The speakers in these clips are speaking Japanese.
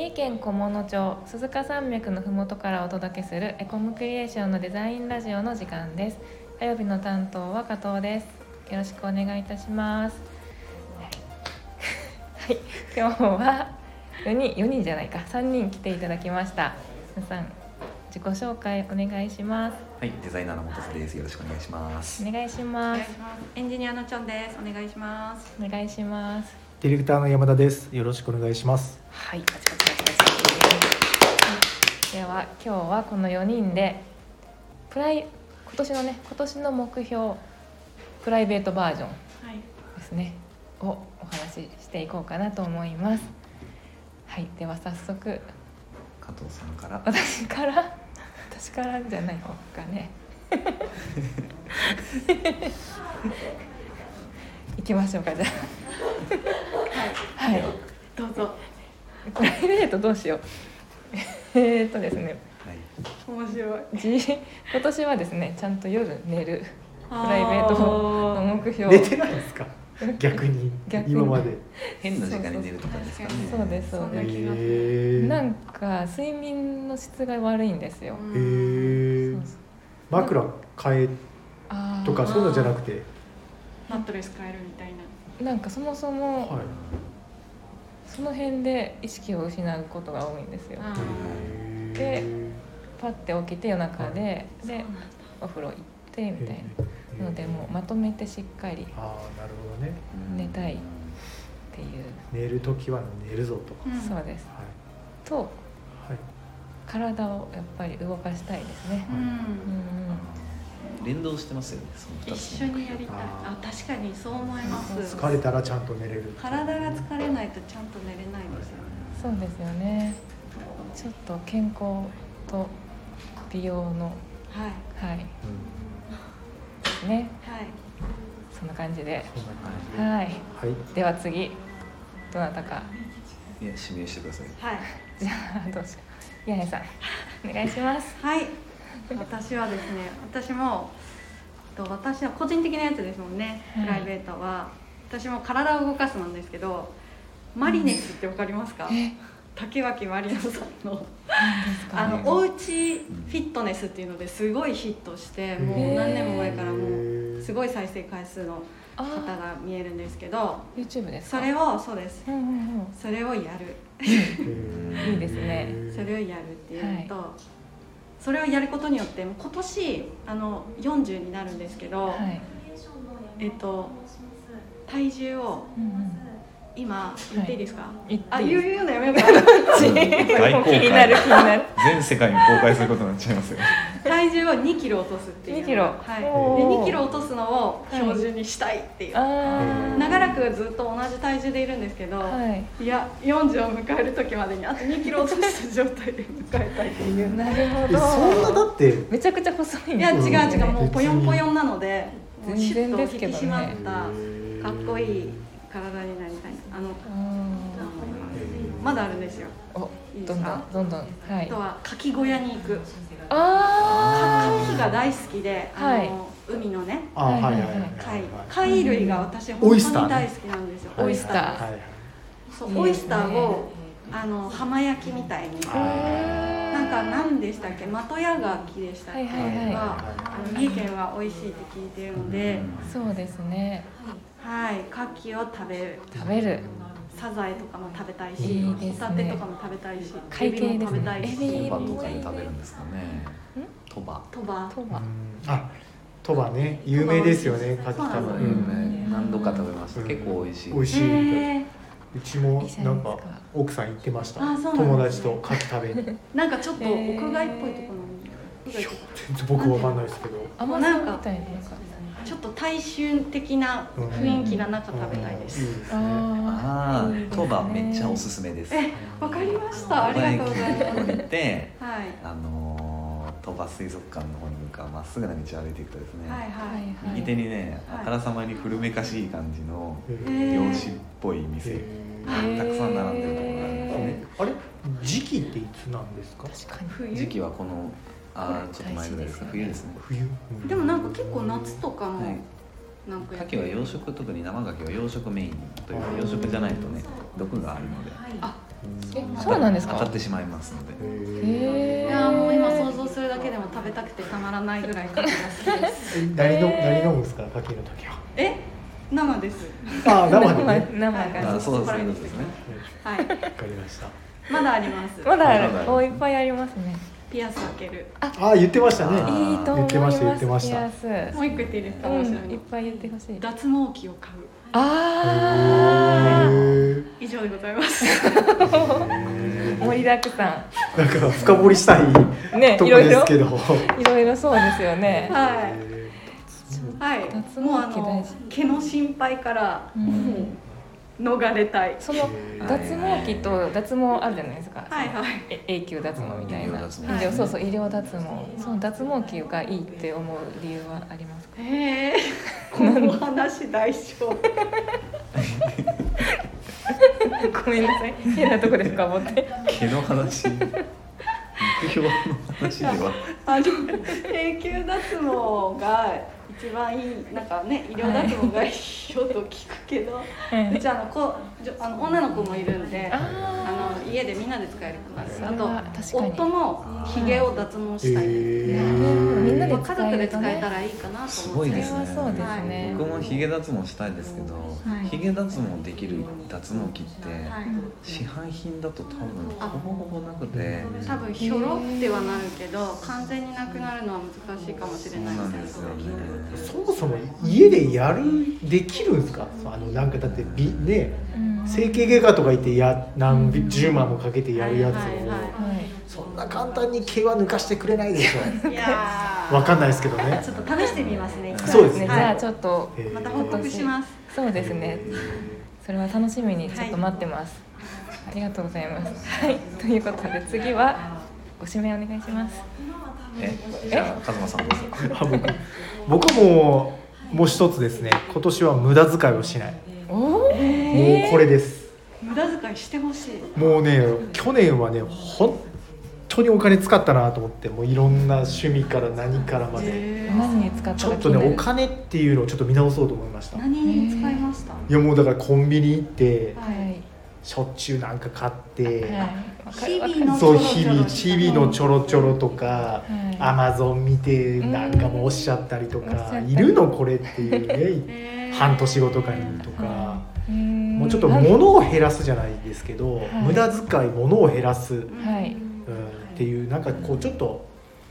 重県菰野町鈴鹿山脈のふもとからお届けするエコムクリエーションのデザインラジオの時間です。火曜日の担当は加藤です。よろしくお願いいたします。はい、今日は4人じゃないか3人来ていただきました。皆さん自己紹介お願いします。 はい、デザイナーの本瀬です。よろしくお願いします。 お願いします。 エンジニアのチョンです。お願いします。 お願いします。 ディレクターの山田です。よろしくお願いします。 はい、パチパチパチパチ。では今日はこの4人で今年の目標プライベートバージョンですね、をお話ししていこうかなと思います。はい、では早速加藤さんから私からじゃない方かね行きましょうか。じゃあはい、 どうぞ。 プライベートどうしようですね、 はい、 面白い。 今年はですね、ちゃんと夜寝るプライベートの目標。 寝てないですか？逆に今まで変な時間に寝るとかですかね。 そうです。なんか睡眠の質が悪いんですよ。 枕変えとかそういうのじゃなくてマットレス変えるみたいな。 なんかそもそも、はい、その辺で意識を失うことが多いんですよ。でパッて起きて夜中でお風呂行ってみたいなので、もうまとめてしっかりなるほどね、 寝たいっていう。 寝るときは寝るぞと、 そうです、はい、と、はい、体をやっぱり動かしたいですね。 連動してますよね、その2つ。 一緒にやりたい。確かにそう思います。 疲れたらちゃんと寝れる。 体が疲れないとちゃんと寝れないですよね。 そうですよね。ちょっと健康と美容のはい、ですね。はい。そんな感じで。はい。では次どなたか。 いや、指名してください。 はい。 じゃあどうしよう。八重さんお願いします。 はい。私はですね、私は個人的なやつですもんね。プライベートは私も体を動かすなんですけど、マリネスってわかりますか？竹脇まりなさんのおうちフィットネスっていうのですごいヒットして、もう何年も前からもうすごい再生回数の方が見えるんですけど、 YouTube ですか？ そうです、それをやるいいですね。 それをやるっていうのと、それをやることによって今年40になるんですけど、体重を今言っていいですか？言うのやめようかな。 気になる全世界に公開することになっちゃいますよ。 体重を2キロ落とすっていう。 2キロ、 はい。で2キロ落とすのを標準にしたいっていう。長らくずっと同じ体重でいるんですけど、いや40を迎える時までにあと2キロ落とした状態で迎えたいっていう。 なるほど。 そんなだってめちゃくちゃ細いんですよ。いや違うもうポヨンポヨンなので、もうシュッと引き締まったかっこいい体になりたい。まだあるんですよ。いいですか？ どんどん。 あとは牡蠣小屋に行く。牡蠣が大好きで、海のね、貝類が私本当に大好きなんですよ。オイスター。そう、オイスターを浜焼きみたいに、何でしたっけ、的屋牡蠣でしたっけが三重県は美味しいって聞いているので、 そうですね。 はい、牡蠣を食べる。サザエとかも食べたいし、ホタテとかも食べたいし、エビも食べたいし。 トバとかで食べるんですかね。トバ。 トバね、有名ですよね。牡蠣食べ。 何度か食べました。結構美味しい。 美味しい。うちもなんか奥さん行ってました。友達と牡蠣食べに。 なんかちょっと屋外っぽいところなの。 全然僕わかんないですけど。 なんかちょっと大衆的な雰囲気な中食べたいです。 トバめっちゃおすすめです。 わかりました。ありがとうございます。 行って、鳥羽水族館の方に向かうまっすぐな道を歩いていくとですね、右手にね、あからさまに古めかしい感じの漁師っぽい店たくさん並んでるところがあるんですね。 あれ、時期っていつなんですか？ 確かに時期はこのちょっと前ぐらいですか？冬ですね。 冬。 でもなんか結構夏とかもなんか牡蠣は養殖、特に生牡蠣は養殖メインというか、養殖じゃないとね毒があるので。 そうなんですか。 当たってしまいますので。 いやもう今想像するだけでも食べたくてたまらないぐらい牡蠣が好きです。 何飲むんですか、牡蠣の時は。 生です。 あ、生でね。 生が。 そうですね。 はい。 わかりました。 まだあります。 まだある。いっぱいありますね。 ピアス開ける。 言ってましたね。 いいと思います。 言ってました。 もう一個言っていいですか。 いっぱい言ってほしい。 脱毛器を買う。以上でございます。 盛りだくさん。なんか深掘りしたいとこですけど。 いろいろそうですよね。 はい。もう毛の心配から逃れたい。 その脱毛器と脱毛あるじゃないですか。永久脱毛みたいな。そうそう、医療脱毛。その脱毛器がいいって思う理由はありますか？ この話大丈夫？ ごめんなさい。変なとこで深掘って。 毛の話。目標の話では。 永久脱毛が一番いい、なんかね、医療脱毛がいいよと聞くけど、うち女の子もいるんで、家でみんなで使えるくなる。あと夫もひげを脱毛したい。みんなで家族で使えたらいいかなと思って。 すごいですね。 そうですね。 僕もひげ脱毛したいですけど、ひげ脱毛できる脱毛器って市販品だと多分ほぼほぼなくて、 多分ひょろってはなるけど完全になくなるのは難しいかもしれないですよね。 そもそも家でできるんですか？なんかだってね、整形外科とか行って何十万もかけてやるやつをそんな簡単に毛は抜かしてくれないでしょ。いやわかんないですけどね。 ちょっと試してみますね。 そうですね。 じゃあちょっとまた報告します。 そうですね。それは楽しみにちょっと待ってます。ありがとうございます。はい。ということで次はご指名お願いします。 じゃあカズマさんどうぞ。 僕はもう一つですね。今年は無駄遣いをしない。もうこれです。 無駄遣いしてほしい。 もうね、去年はね本当にお金使ったなと思って、もういろんな趣味から何からまで。 何に使った？ ちょっとね、お金っていうのをちょっと見直そうと思いました。 何に使いました？ いやもうだからコンビニ行って、しょっちゅうなんか買って、日々のちょろちょろとか、アマゾン見てなんかもおっしゃったりとか、いるのこれっていうね、半年後とかにとか、もうちょっと物を減らすじゃないですけど、無駄遣い、物を減らす、っていうなんかこうちょっと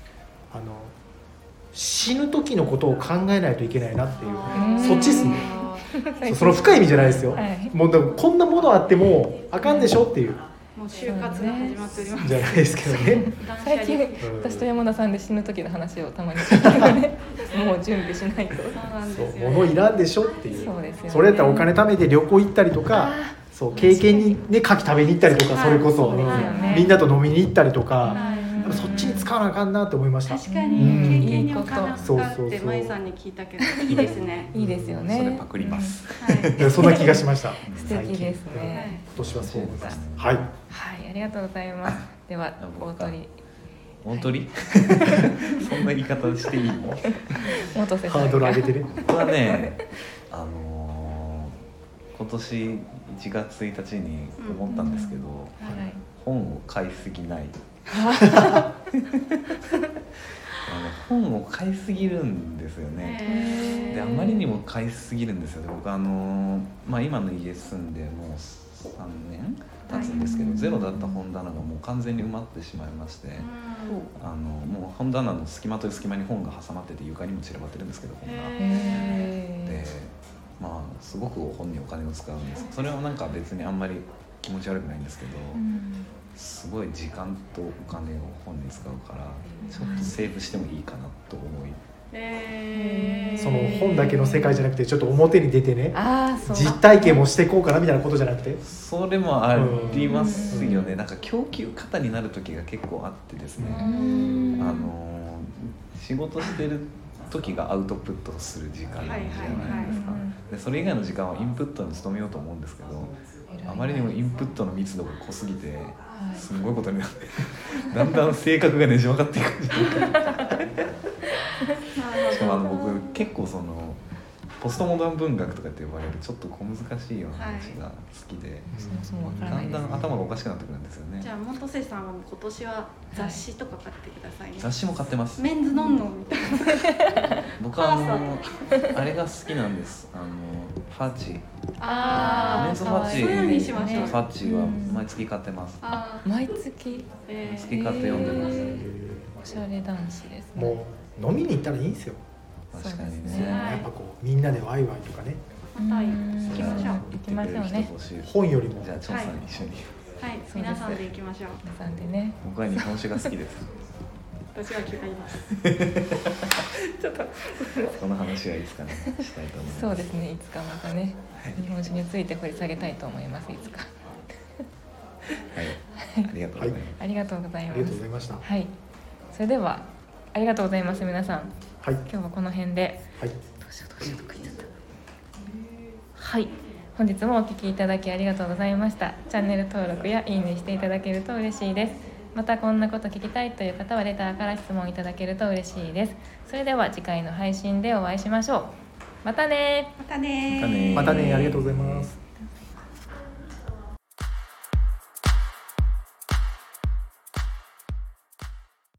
死ぬ時のことを考えないといけないなっていう、そっちですね。その深い意味じゃないですよ。もうでもこんなものあってもあかんでしょっていう。 もう就活が始まっております。 じゃないですけどね。 最近私と山田さんで死ぬ時の話をたまに聞いてね。もう準備しないと。そうなんですよ。 物いらんでしょっていう。 そうですよね。 それやったらお金貯めて旅行行ったりとか、そう経験にね牡蠣食べに行ったりとか、それこそみんなと飲みに行ったりとか。そっちに使わなあかんなと思いました。 確かに経験にお金を使うってまいさんに聞いたけどいいですね。 いいですよね。 それパクります。 そんな気がしました。 素敵ですね。 今年はそう思います。はい。 はい、ありがとうございます。では大鳥。 大鳥？そんな言い方していいの？ 元瀬さん。 ハードル上げてね。 これはね、今年1月1日に思ったんですけど、本を買いすぎない。本を買いすぎるんですよね。であまりにも買いすぎるんですよね。僕今の家住んでもう3年経つんですけど、ゼロだった本棚がもう完全に埋まってしまいまして、もう本棚の隙間という隙間に本が挟まってて床にも散らばってるんですけど、本がですごく本にお金を使うんです。それはなんか別にあんまり気持ち悪くないんですけど、すごい時間とお金を本に使うからちょっとセーブしてもいいかなと思い、 その本だけの世界じゃなくてちょっと表に出てね、実体験もしていこうかなみたいなことじゃなくて、 それもありますよね。なんか供給過多になる時が結構あってですね、仕事してる時がアウトプットする時間じゃないですか。でそれ以外の時間はインプットに努めようと思うんですけど、あまりにもインプットの密度が濃すぎてすんごいことになってだんだん性格がねじ曲がっていくんじゃないかしかも僕結構ポストモダン文学とかって呼ばれるちょっと小難しいような話が好きで、だんだん頭がおかしくなってくるんですよね。 じゃあ本瀬さんは今年は雑誌とか買ってくださいね。 雑誌も買ってます。 メンズノンノンみたいな。 僕はあれが好きなんです。ファッチ。メンズファッチ。 そういうにしましょう。 ファッチは毎月買ってます。 毎月？ 毎月買って読んでます。 おしゃれ男子ですね。 もう飲みに行ったらいいんですよ。 確かにね。 やっぱこうみんなでワイワイとかね。 また行きましょう。 行きましょうね。 本よりも。 じゃあチョンさん一緒に。 はい、皆さんで行きましょう。 皆さんでね。 僕は日本酒が好きです。 私は嫌います。 ちょっとこの話はいつかねしたいと思います。 そうですね。いつかまたね、日本酒について掘り下げたいと思います。いつか。 はい。ありがとうございます。 ありがとうございます。 ありがとうございました。 はい。それではありがとうございます皆さん。 はい。 今日はこの辺で。 はい。 どうしようはい。本日もお聞きいただきありがとうございました。チャンネル登録やいいねしていただけると嬉しいです。またこんなこと聞きたいという方はレターから質問いただけると嬉しいです。それでは次回の配信でお会いしましょう。またね。 またね。 またね。ありがとうございます。